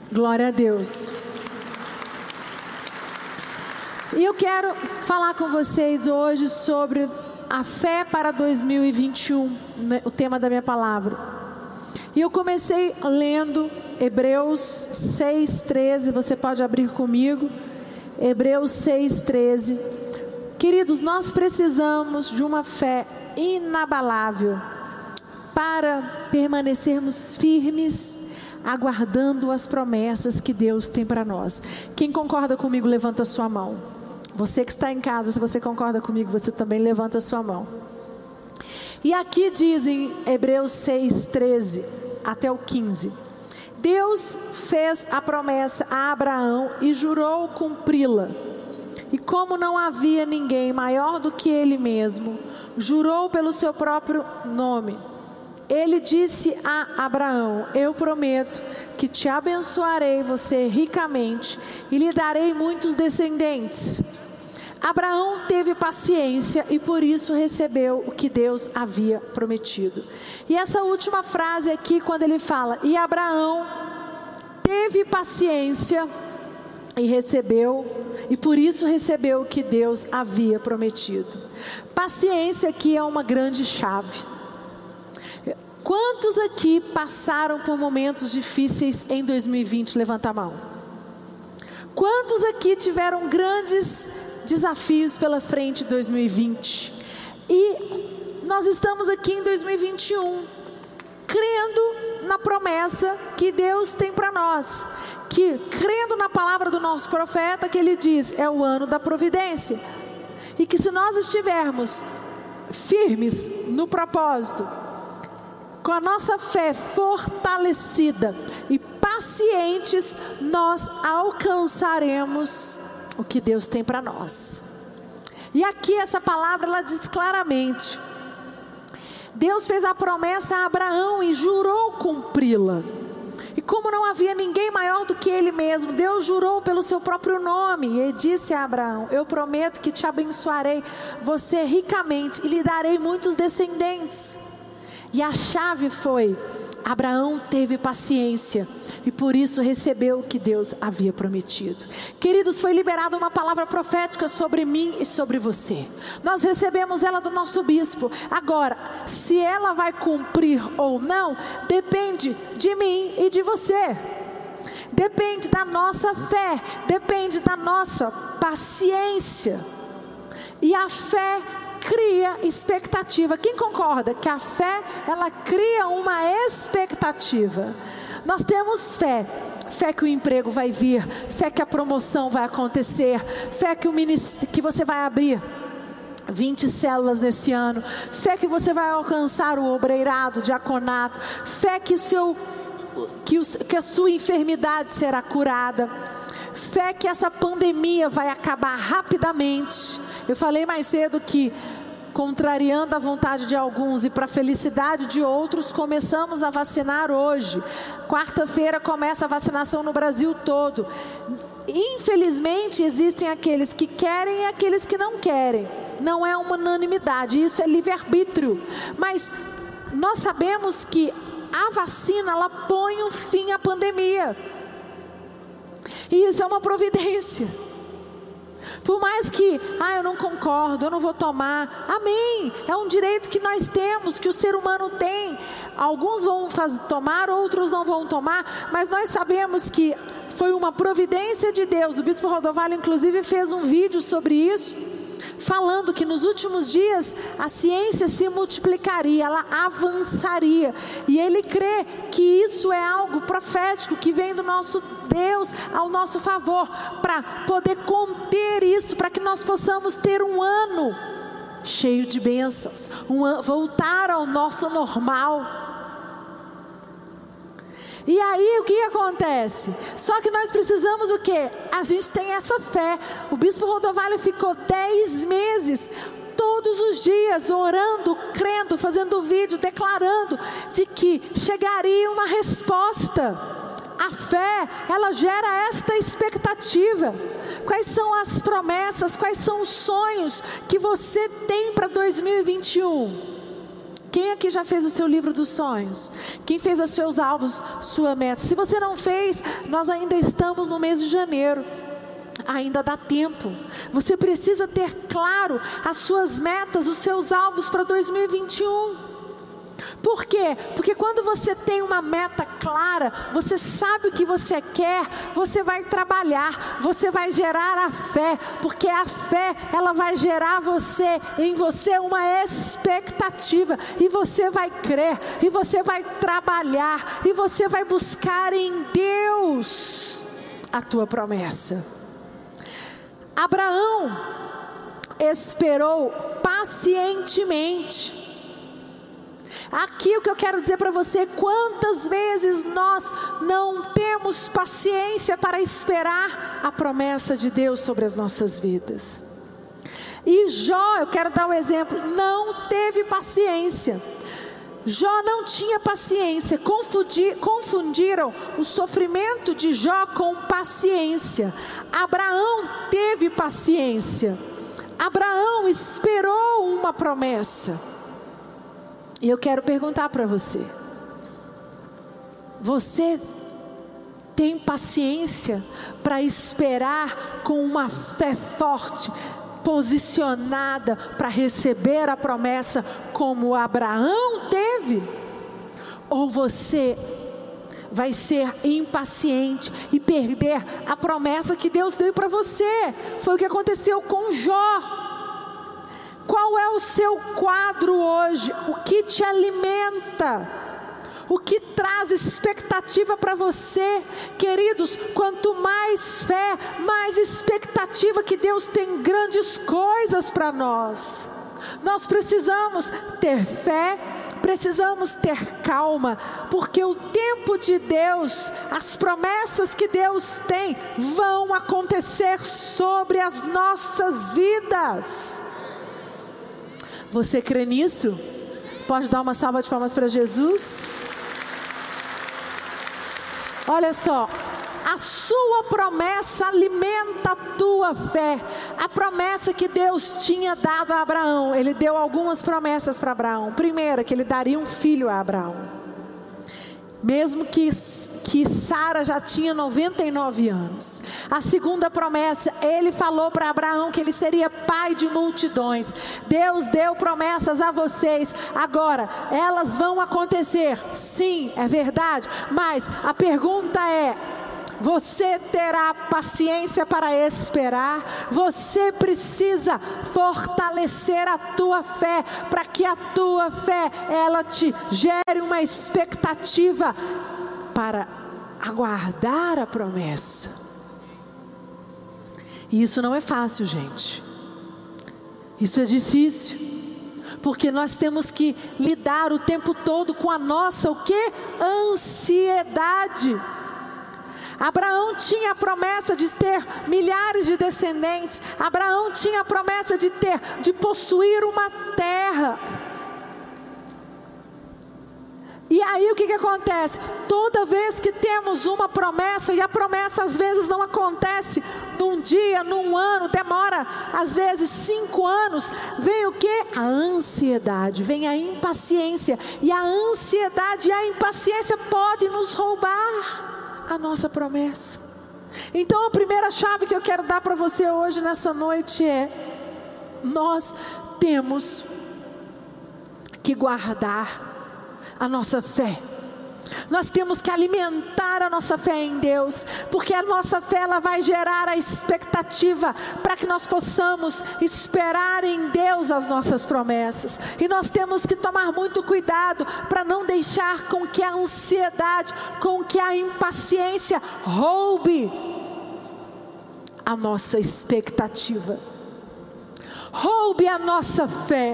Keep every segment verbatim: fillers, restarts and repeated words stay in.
Glória a Deus. E eu quero falar com vocês hoje sobre a fé para dois mil e vinte e um, o tema da minha palavra. E eu comecei lendo Hebreus seis, treze, você pode abrir comigo. Hebreus seis, treze. Queridos, nós precisamos de uma fé inabalável para permanecermos firmes, aguardando as promessas que Deus tem para nós. Quem concorda comigo, levanta a sua mão. Você que está em casa, se você concorda comigo, você também levanta a sua mão. E aqui diz em Hebreus seis, treze até o quinze: Deus fez a promessa a Abraão e jurou cumpri-la. E como não havia ninguém maior do que ele mesmo, jurou pelo seu próprio nome. Ele disse a Abraão: eu prometo que te abençoarei você ricamente e lhe darei muitos descendentes. Abraão teve paciência e por isso recebeu o que Deus havia prometido. E essa última frase aqui, quando ele fala, e Abraão teve paciência e recebeu, e por isso recebeu o que Deus havia prometido. Paciência aqui é uma grande chave. Quantos aqui passaram por momentos difíceis em dois mil e vinte? Levanta a mão. Quantos aqui tiveram grandes desafios pela frente em dois mil e vinte? E nós estamos aqui em dois mil e vinte e um, crendo na promessa que Deus tem para nós. Que, crendo na palavra do nosso profeta, que ele diz, é o ano da providência. E que se nós estivermos firmes no propósito, com a nossa fé fortalecida e pacientes, nós alcançaremos o que Deus tem para nós. E aqui essa palavra, ela diz claramente, Deus fez a promessa a Abraão e jurou cumpri-la. E como não havia ninguém maior do que ele mesmo, Deus jurou pelo seu próprio nome. E ele disse a Abraão: eu prometo que te abençoarei você ricamente e lhe darei muitos descendentes. E a chave foi, Abraão teve paciência e por isso recebeu o que Deus havia prometido. Queridos, foi liberada uma palavra profética sobre mim e sobre você. Nós recebemos ela do nosso bispo. Agora, se ela vai cumprir ou não, depende de mim e de você. Depende da nossa fé, depende da nossa paciência. E a fé cria expectativa. Quem concorda que a fé, ela cria uma expectativa? Nós temos fé, fé que o emprego vai vir, fé que a promoção vai acontecer, fé que, o ministério, que você vai abrir vinte células nesse ano, fé que você vai alcançar o obreirado, o diaconato, fé que, seu, que, o, que a sua enfermidade será curada, fé que essa pandemia vai acabar rapidamente. Eu falei mais cedo que, contrariando a vontade de alguns e para a felicidade de outros, começamos a vacinar hoje. Quarta-feira começa a vacinação no Brasil todo. Infelizmente, existem aqueles que querem e aqueles que não querem. Não é uma unanimidade, isso é livre-arbítrio. Mas nós sabemos que a vacina, ela põe um fim à pandemia. E isso é uma providência. Por mais que, ah, eu não concordo, eu não vou tomar, amém, é um direito que nós temos, que o ser humano tem. Alguns vão faz, tomar, outros não vão tomar, mas nós sabemos que foi uma providência de Deus. O bispo Rodovalho inclusive fez um vídeo sobre isso, falando que nos últimos dias a ciência se multiplicaria, ela avançaria, e ele crê que isso é algo profético que vem do nosso Deus ao nosso favor, para poder conter isso, para que nós possamos ter um ano cheio de bênçãos, um ano, voltar ao nosso normal. E aí o que acontece? Só que nós precisamos o quê? A gente tem essa fé. O bispo Rodovalho ficou dez meses, todos os dias, orando, crendo, fazendo vídeo, declarando de que chegaria uma resposta. A fé, ela gera esta expectativa. Quais são as promessas, quais são os sonhos que você tem para dois mil e vinte e um? Quem aqui já fez o seu livro dos sonhos? Quem fez os seus alvos, sua meta? Se você não fez, nós ainda estamos no mês de janeiro. Ainda dá tempo. Você precisa ter claro as suas metas, os seus alvos para dois mil e vinte e um. Por quê? Porque quando você tem uma meta clara, você sabe o que você quer, você vai trabalhar, você vai gerar a fé, porque a fé, ela vai gerar você, em você uma expectativa, e você vai crer, e você vai trabalhar, e você vai buscar em Deus a tua promessa. Abraão esperou pacientemente. Aqui o que eu quero dizer para você, quantas vezes nós não temos paciência para esperar a promessa de Deus sobre as nossas vidas. E Jó, eu quero dar um exemplo, não teve paciência. Jó não tinha paciência, confundi, confundiram o sofrimento de Jó com paciência. Abraão teve paciência. Abraão esperou uma promessa. E eu quero perguntar para você, você tem paciência para esperar com uma fé forte, posicionada para receber a promessa como Abraão teve? Ou você vai ser impaciente e perder a promessa que Deus deu para você? Foi o que aconteceu com Jó. Qual é o seu quadro hoje? O que te alimenta? O que traz expectativa para você? Queridos, quanto mais fé, mais expectativa que Deus tem grandes coisas para nós. Nós precisamos ter fé, precisamos ter calma, porque o tempo de Deus, as promessas que Deus tem, vão acontecer sobre as nossas vidas. Você crê nisso? Pode dar uma salva de palmas para Jesus? Olha só, a sua promessa alimenta a tua fé. A promessa que Deus tinha dado a Abraão, Ele deu algumas promessas para Abraão. Primeira, que Ele daria um filho a Abraão. Mesmo que, que Sara já tinha noventa e nove anos. A segunda promessa, Ele falou para Abraão que ele seria pai de multidões. Deus deu promessas a vocês. Agora, elas vão acontecer. Sim, é verdade. Mas a pergunta é, você terá paciência para esperar? Você precisa fortalecer a tua fé, para que a tua fé, ela te gere uma expectativa para aguardar a promessa. E isso não é fácil, gente. Isso é difícil, porque nós temos que lidar o tempo todo com a nossa, o quê? Ansiedade. Abraão tinha a promessa de ter milhares de descendentes. Abraão tinha a promessa de ter, de possuir uma terra. E aí o que que acontece? Toda vez que temos uma promessa, e a promessa às vezes não acontece num dia, num ano, demora às vezes cinco anos, vem o que? A ansiedade, vem a impaciência. E a ansiedade e a impaciência podem nos roubar a nossa promessa. Então a primeira chave que eu quero dar para você hoje nessa noite é: nós temos que guardar a nossa fé. Nós temos que alimentar a nossa fé em Deus, porque a nossa fé, ela vai gerar a expectativa para que nós possamos esperar em Deus as nossas promessas. E nós temos que tomar muito cuidado para não deixar com que a ansiedade, com que a impaciência roube a nossa expectativa, roube a nossa fé.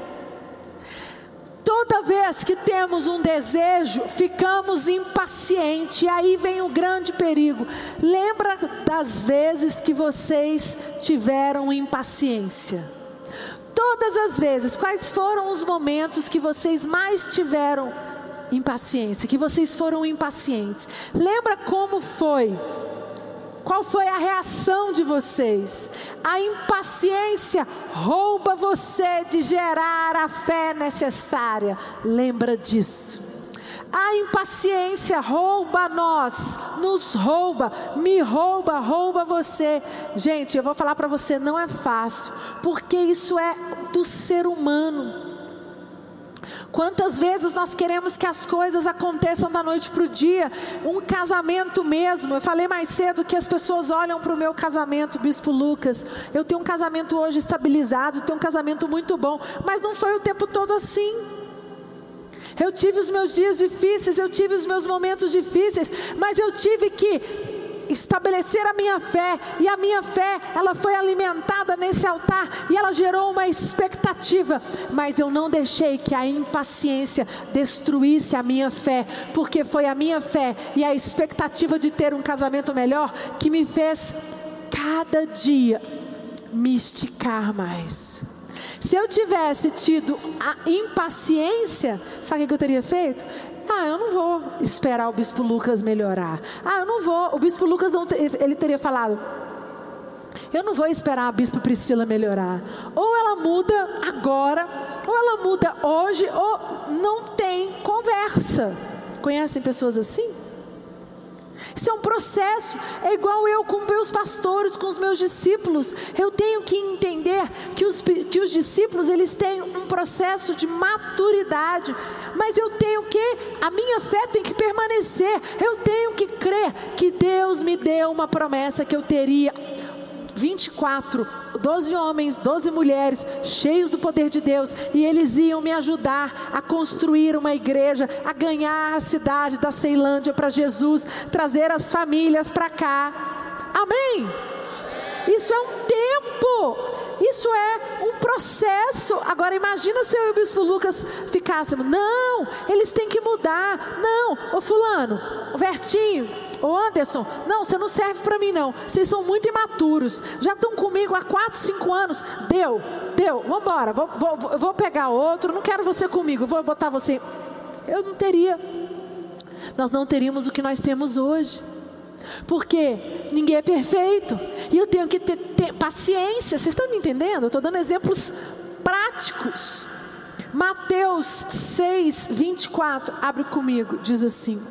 Toda vez que temos um desejo, ficamos impacientes, e aí vem o grande perigo. Lembra das vezes que vocês tiveram impaciência? Todas as vezes, quais foram os momentos que vocês mais tiveram impaciência, que vocês foram impacientes? Lembra como foi Qual foi a reação de vocês? A impaciência rouba você de gerar a fé necessária. Lembra disso. A impaciência rouba nós, nos rouba, me rouba, rouba você. Gente, eu vou falar para você, não é fácil, porque isso é do ser humano. Quantas vezes nós queremos que as coisas aconteçam da noite para o dia, um casamento mesmo. Eu falei mais cedo que as pessoas olham para o meu casamento, Bispo Lucas. Eu tenho um casamento hoje estabilizado, tenho um casamento muito bom, mas não foi o tempo todo assim. Eu tive os meus dias difíceis, eu tive os meus momentos difíceis, mas eu tive que estabelecer a minha fé, e a minha fé, ela foi alimentada nesse altar, e ela gerou uma expectativa, mas eu não deixei que a impaciência destruísse a minha fé, porque foi a minha fé e a expectativa de ter um casamento melhor, que me fez cada dia me esticar mais. Se eu tivesse tido a impaciência, sabe o que eu teria feito? Ah, eu não vou esperar o Bispo Lucas melhorar. Ah, eu não vou. O Bispo Lucas, não, ele teria falado, eu não vou esperar a Bispo Priscila melhorar. Ou ela muda agora, ou ela muda hoje, ou não tem conversa. Conhecem pessoas assim? Isso é um processo, é igual eu com meus pastores, com os meus discípulos. Eu tenho que entender que os, que os discípulos, eles têm um processo de maturidade, mas eu tenho que, a minha fé tem que permanecer, eu tenho que crer que Deus me deu uma promessa que eu teria vinte e quatro, doze homens, doze mulheres, cheios do poder de Deus, e eles iam me ajudar a construir uma igreja, a ganhar a cidade da Ceilândia para Jesus, trazer as famílias para cá. Amém? Isso é um tempo, isso é um processo. Agora imagina se eu e o Bispo Lucas ficássemos, não, eles têm que mudar, não, ô fulano, o Vertinho, ô Anderson, não, você não serve para mim não, vocês são muito imaturos, já estão comigo há quatro, cinco anos, deu, deu, vamos embora, vou, vou, vou pegar outro, não quero você comigo, vou botar você. Eu não teria, nós não teríamos o que nós temos hoje, porque ninguém é perfeito, e eu tenho que ter, ter paciência. Vocês estão me entendendo? Eu estou dando exemplos práticos. Mateus seis, vinte e quatro, abre comigo, diz assim: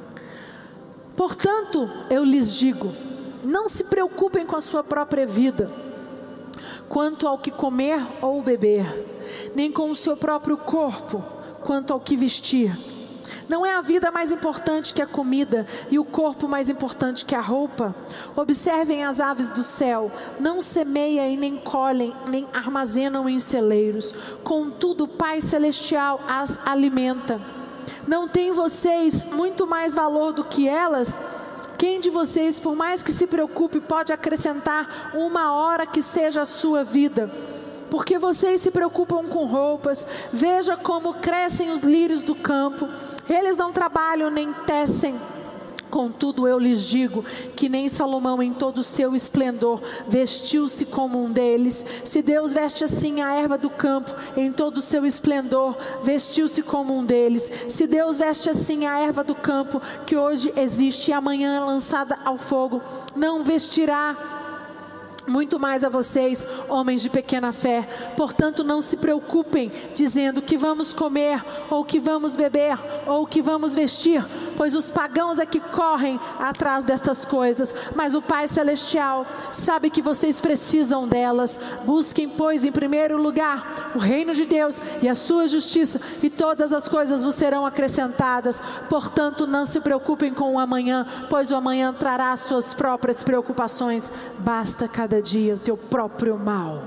portanto, eu lhes digo, não se preocupem com a sua própria vida, quanto ao que comer ou beber, nem com o seu próprio corpo, quanto ao que vestir. Não é a vida mais importante que a comida, e o corpo mais importante que a roupa? Observem as aves do céu, não semeiam e nem colhem, nem armazenam em celeiros, contudo o Pai Celestial as alimenta. Não tem vocês muito mais valor do que elas? Quem de vocês, por mais que se preocupe, pode acrescentar uma hora que seja a sua vida? Porque vocês se preocupam com roupas, veja como crescem os lírios do campo, eles não trabalham nem tecem. Contudo eu lhes digo que nem Salomão em todo o seu esplendor vestiu-se como um deles. Se Deus veste assim a erva do campo em todo o seu esplendor, vestiu-se como um deles. Se Deus veste assim a erva do campo que hoje existe e amanhã é lançada ao fogo, não vestirá muito mais a vocês, homens de pequena fé. Portanto não se preocupem dizendo que vamos comer, ou que vamos beber, ou que vamos vestir, pois os pagãos é que correm atrás destas coisas, mas o Pai Celestial sabe que vocês precisam delas. Busquem, pois, em primeiro lugar o reino de Deus e a sua justiça, e todas as coisas vos serão acrescentadas. Portanto não se preocupem com o amanhã, pois o amanhã trará as suas próprias preocupações. Basta cada dia o teu próprio mal.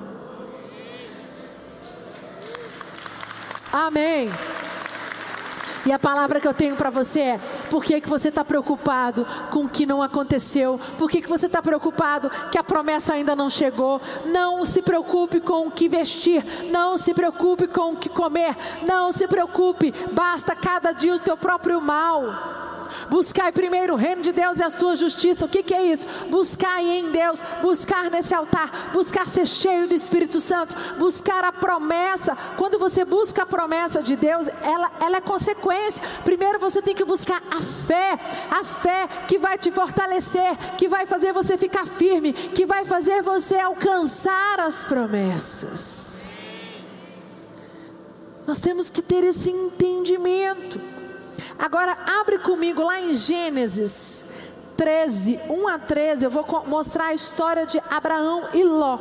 Amém. E a palavra que eu tenho para você é: por que que você está preocupado com o que não aconteceu? Por que que você está preocupado que a promessa ainda não chegou? Não se preocupe com o que vestir, não se preocupe com o que comer, não se preocupe, basta cada dia o teu próprio mal. Buscai primeiro o reino de Deus e a sua justiça. O que, que é isso? Buscar em Deus, buscar nesse altar, buscar ser cheio do Espírito Santo, buscar a promessa. Quando você busca a promessa de Deus, ela, ela é consequência. Primeiro você tem que buscar a fé, a fé que vai te fortalecer, que vai fazer você ficar firme, que vai fazer você alcançar as promessas. Nós temos que ter esse entendimento. Agora abre comigo lá em Gênesis treze, um a treze, eu vou mostrar a história de Abraão e Ló.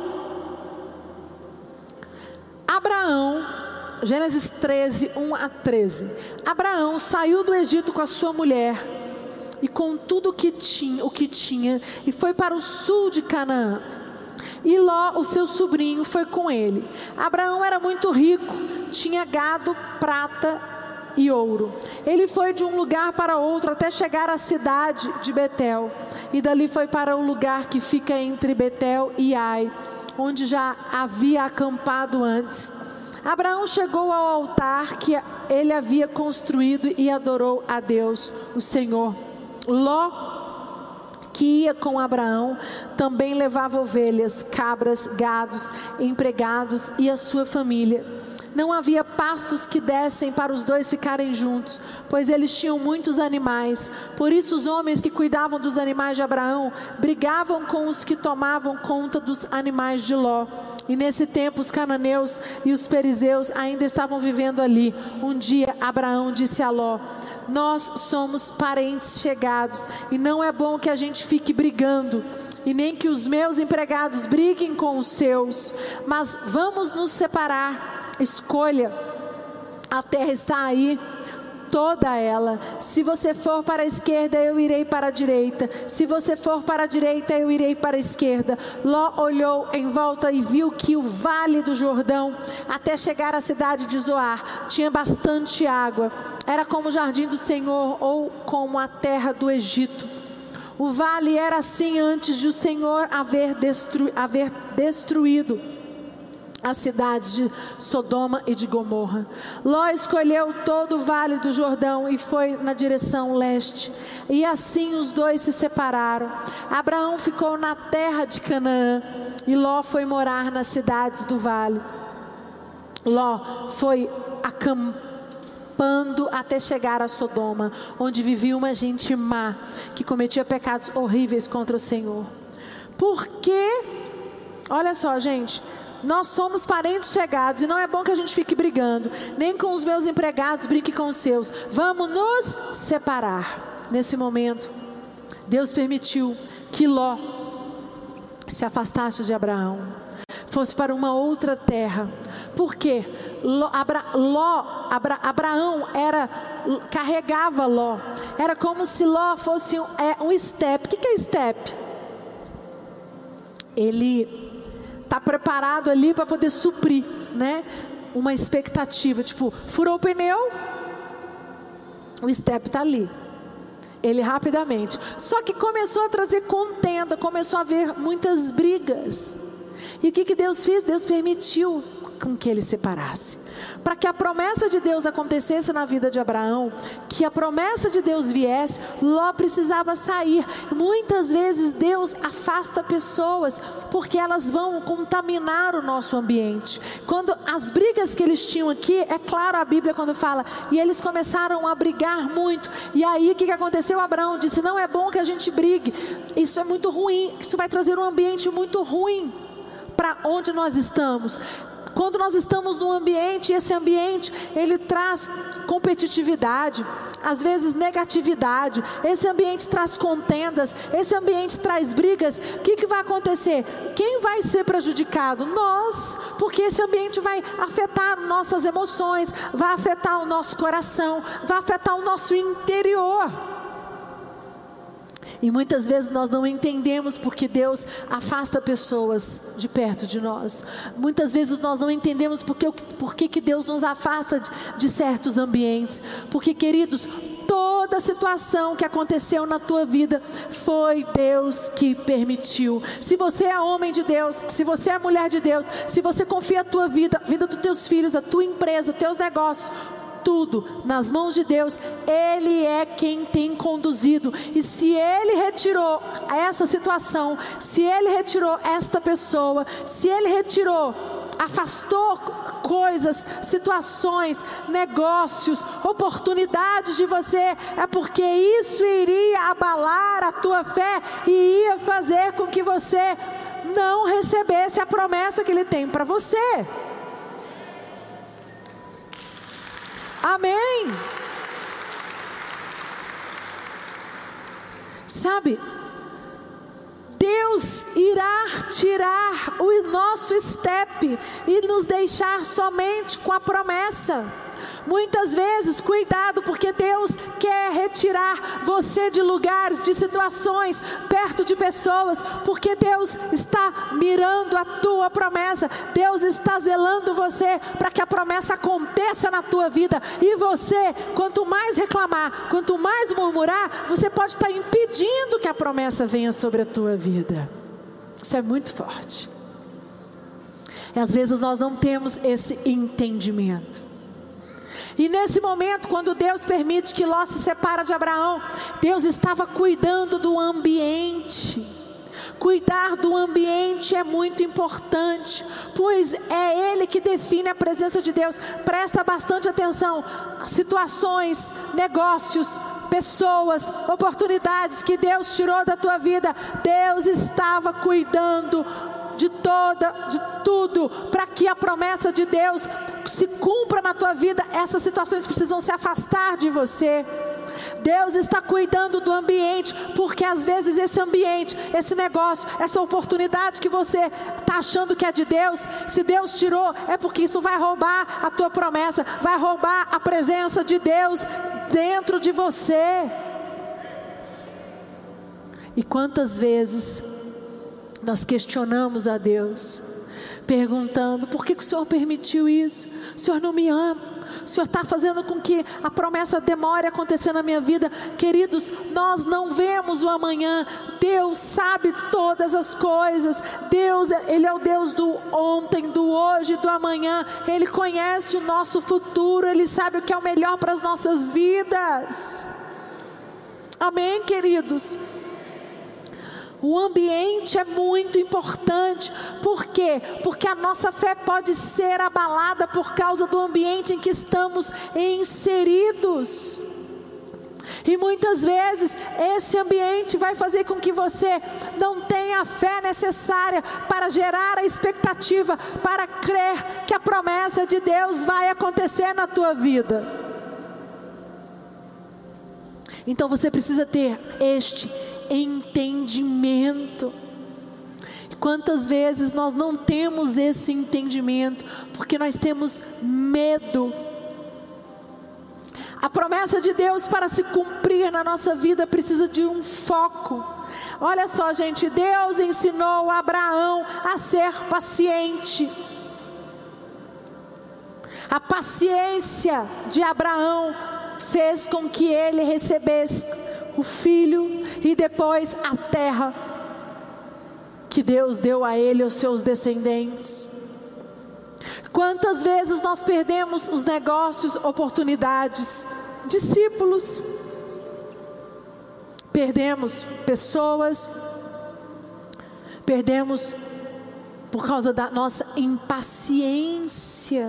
Abraão, Gênesis treze, um a treze. Abraão saiu do Egito com a sua mulher e com tudo que tinha, o que tinha, e foi para o sul de Canaã. E Ló, o seu sobrinho, foi com ele. Abraão era muito rico, tinha gado, prata e ouro. Ele foi de um lugar para outro até chegar à cidade de Betel, e dali foi para o lugar que fica entre Betel e Ai, onde já havia acampado antes. Abraão chegou ao altar que ele havia construído e adorou a Deus, o Senhor. Ló, que ia com Abraão, também levava ovelhas, cabras, gados, empregados e a sua família. Não havia pastos que dessem para os dois ficarem juntos, pois eles tinham muitos animais. Por isso os homens que cuidavam dos animais de Abraão brigavam com os que tomavam conta dos animais de Ló. E nesse tempo os cananeus e os perizeus ainda estavam vivendo ali. Um dia Abraão disse a Ló: nós somos parentes chegados, e não é bom que a gente fique brigando, e nem que os meus empregados briguem com os seus, mas vamos nos separar. Escolha, a terra está aí, toda ela. Se você for para a esquerda, eu irei para a direita. Se você for para a direita, eu irei para a esquerda. Ló olhou em volta e viu que o vale do Jordão, até chegar à cidade de Zoar, tinha bastante água. Era como o jardim do Senhor, ou como a terra do Egito. O vale era assim antes de o Senhor haver, destru, haver destruído as cidades de Sodoma e de Gomorra. Ló escolheu todo o vale do Jordão e foi na direção leste. E assim os dois se separaram. Abraão ficou na terra de Canaã e Ló foi morar nas cidades do vale. Ló foi acampando até chegar a Sodoma, onde vivia uma gente má, que cometia pecados horríveis contra o Senhor. Porque, olha só, gente, nós somos parentes chegados, e não é bom que a gente fique brigando, nem com os meus empregados brigue com os seus. Vamos nos separar. Nesse momento, Deus permitiu que Ló se afastasse de Abraão, fosse para uma outra terra. Por quê? Ló, Abra, Ló Abra, Abraão era, carregava Ló. Era como se Ló fosse um, é, um step. O que, que é step? Ele está preparado ali para poder suprir, né, uma expectativa. Tipo, furou o pneu, o step está ali. Ele rapidamente. Só que começou a trazer contenda, começou a haver muitas brigas. E o que, que Deus fez? Deus permitiu com que ele separasse, para que a promessa de Deus acontecesse na vida de Abraão, que a promessa de Deus viesse. Ló precisava sair. Muitas vezes Deus afasta pessoas, porque elas vão contaminar o nosso ambiente. Quando as brigas que eles tinham aqui, é claro, a Bíblia quando fala, e eles começaram a brigar muito, e aí o que, que aconteceu? Abraão disse: não é bom que a gente brigue, isso é muito ruim, isso vai trazer um ambiente muito ruim para onde nós estamos. Quando nós estamos num ambiente, esse ambiente, ele traz competitividade, às vezes negatividade, esse ambiente traz contendas, esse ambiente traz brigas. O que, que vai acontecer? Quem vai ser prejudicado? Nós, porque esse ambiente vai afetar nossas emoções, vai afetar o nosso coração, vai afetar o nosso interior. E muitas vezes nós não entendemos porque Deus afasta pessoas de perto de nós. Muitas vezes nós não entendemos porque, porque que Deus nos afasta de, de certos ambientes. Porque, queridos, toda situação que aconteceu na tua vida foi Deus que permitiu. Se você é homem de Deus, se você é mulher de Deus, se você confia a tua vida, a vida dos teus filhos, a tua empresa, os teus negócios, tudo nas mãos de Deus. Ele é quem tem conduzido. E se Ele retirou essa situação, se Ele retirou esta pessoa, se Ele retirou, afastou coisas, situações, negócios, oportunidades de você, é porque isso iria abalar a tua fé e ia fazer com que você não recebesse a promessa que Ele tem para você. Amém? Sabe, Deus irá tirar o nosso step e nos deixar somente com a promessa. Muitas vezes, cuidado, porque Deus quer retirar você de lugares, de situações, perto de pessoas, porque Deus está mirando a tua promessa. Deus está zelando você para que a promessa aconteça na tua vida. E você, quanto mais reclamar, quanto mais murmurar, você pode estar impedindo que a promessa venha sobre a tua vida. Isso é muito forte. E às vezes nós não temos esse entendimento. E nesse momento, quando Deus permite que Ló se separa de Abraão, Deus estava cuidando do ambiente. Cuidar do ambiente é muito importante, pois é Ele que define a presença de Deus. Presta bastante atenção. Situações, negócios, pessoas, oportunidades que Deus tirou da tua vida, Deus estava cuidando de toda, de tudo, para que a promessa de Deus se cumpra na tua vida. Essas situações precisam se afastar de você. Deus está cuidando do ambiente, porque às vezes esse ambiente, esse negócio, essa oportunidade que você está achando que é de Deus, se Deus tirou, é porque isso vai roubar a tua promessa, vai roubar a presença de Deus dentro de você. E quantas vezes nós questionamos a Deus, perguntando: por que, que o Senhor permitiu isso? O Senhor não me ama, o Senhor está fazendo com que a promessa demore a acontecer na minha vida. Queridos, nós não vemos o amanhã. Deus sabe todas as coisas. Deus, Ele é o Deus do ontem, do hoje, do amanhã. Ele conhece o nosso futuro, Ele sabe o que é o melhor para as nossas vidas. Amém, queridos? O ambiente é muito importante. Por quê? Porque a nossa fé pode ser abalada por causa do ambiente em que estamos inseridos. E muitas vezes esse ambiente vai fazer com que você não tenha a fé necessária para gerar a expectativa, para crer que a promessa de Deus vai acontecer na tua vida. Então você precisa ter este entendimento. Quantas vezes nós não temos esse entendimento porque nós temos medo. A promessa de Deus, para se cumprir na nossa vida, precisa de um foco. Olha só, gente, Deus ensinou Abraão a ser paciente. A paciência de Abraão fez com que ele recebesse o filho e depois a terra que Deus deu a ele e aos seus descendentes. Quantas vezes nós perdemos os negócios, oportunidades, discípulos, perdemos pessoas, perdemos por causa da nossa impaciência.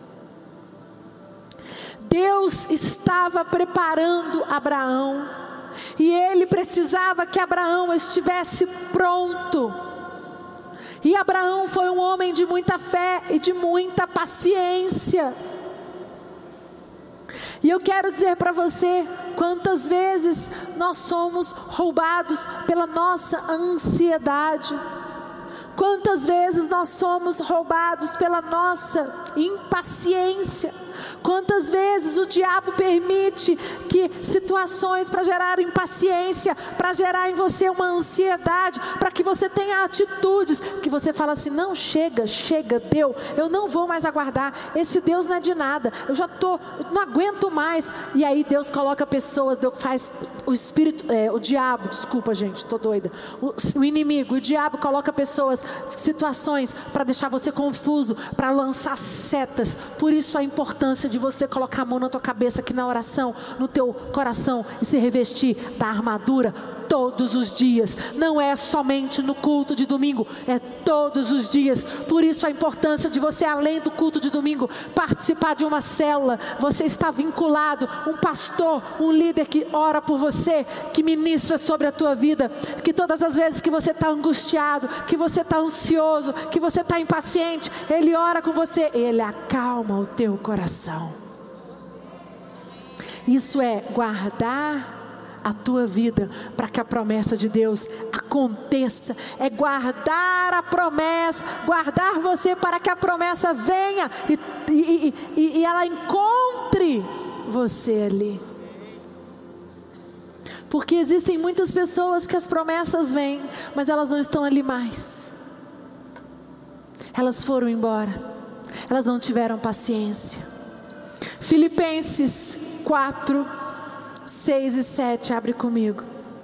Deus estava preparando Abraão, e ele precisava que Abraão estivesse pronto. E Abraão foi um homem de muita fé e de muita paciência. E eu quero dizer para você, quantas vezes nós somos roubados pela nossa ansiedade. Quantas vezes nós somos roubados pela nossa impaciência. Quantas vezes o diabo permite que situações para gerar impaciência, para gerar em você uma ansiedade, para que você tenha atitudes, que você fala assim: não, chega, chega, deu, eu não vou mais aguardar, esse Deus não é de nada, eu já estou, não aguento mais. E aí Deus coloca pessoas, Deus faz, o espírito, é, o diabo, desculpa gente, estou doida, o, o inimigo, o diabo coloca pessoas, situações para deixar você confuso, para lançar setas. Por isso a importância importância de você colocar a mão na tua cabeça aqui na oração, no teu coração, e se revestir da armadura todos os dias. Não é somente no culto de domingo, é todos os dias. Por isso a importância de você, além do culto de domingo, participar de uma célula. Você está vinculado, um pastor, um líder que ora por você, que ministra sobre a tua vida, que todas as vezes que você está angustiado, que você está ansioso, que você está impaciente, ele ora com você, ele acalma o teu coração. Isso é guardar a tua vida para que a promessa de Deus aconteça. É guardar a promessa, guardar você para que a promessa venha e, e, e, e ela encontre você ali. Porque existem muitas pessoas que as promessas vêm, mas elas não estão ali mais. Elas foram embora. Elas não tiveram paciência. Filipenses quatro, seis e sete, abre comigo.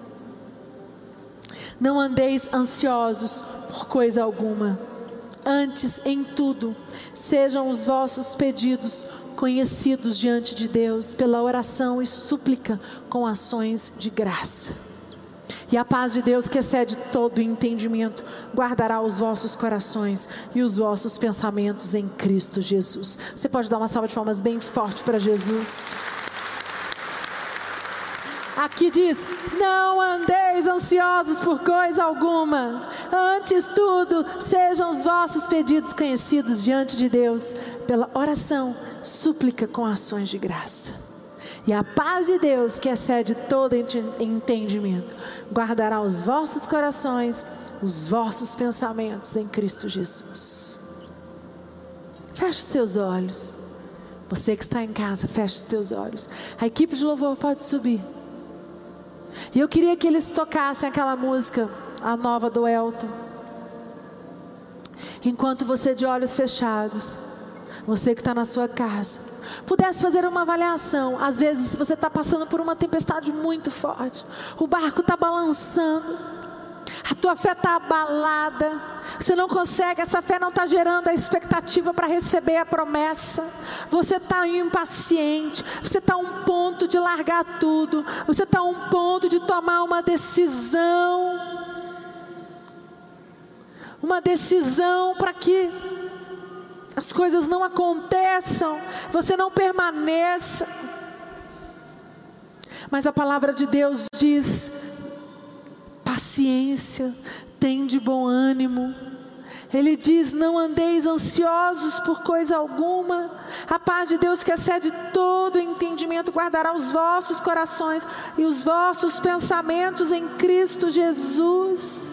Não andeis ansiosos por coisa alguma. Antes, em tudo, sejam os vossos pedidos conhecidos diante de Deus, pela oração e súplica com ações de graça. E a paz de Deus, que excede todo entendimento, guardará os vossos corações e os vossos pensamentos em Cristo Jesus. Você pode dar uma salva de palmas bem forte para Jesus. Aqui diz: não andeis ansiosos por coisa alguma. Antes tudo, sejam os vossos pedidos conhecidos diante de Deus, pela oração, súplica com ações de graça. E a paz de Deus, que excede todo entendimento, guardará os vossos corações, os vossos pensamentos em Cristo Jesus. Feche os seus olhos. Você que está em casa, feche os teus olhos. A equipe de louvor pode subir. E eu queria que eles tocassem aquela música, a nova do Elton. Enquanto você, de olhos fechados, você que está na sua casa, pudesse fazer uma avaliação. Às vezes você está passando por uma tempestade muito forte, o barco está balançando, a tua fé está abalada, você não consegue, essa fé não está gerando a expectativa para receber a promessa. Você está impaciente, você está a um ponto de largar tudo, você está a um ponto de tomar uma decisão, uma decisão para que as coisas não aconteçam, você não permaneça. Mas a palavra de Deus diz: paciência, tem de bom ânimo. Ele diz: não andeis ansiosos por coisa alguma. A paz de Deus, que excede todo entendimento, guardará os vossos corações e os vossos pensamentos em Cristo Jesus.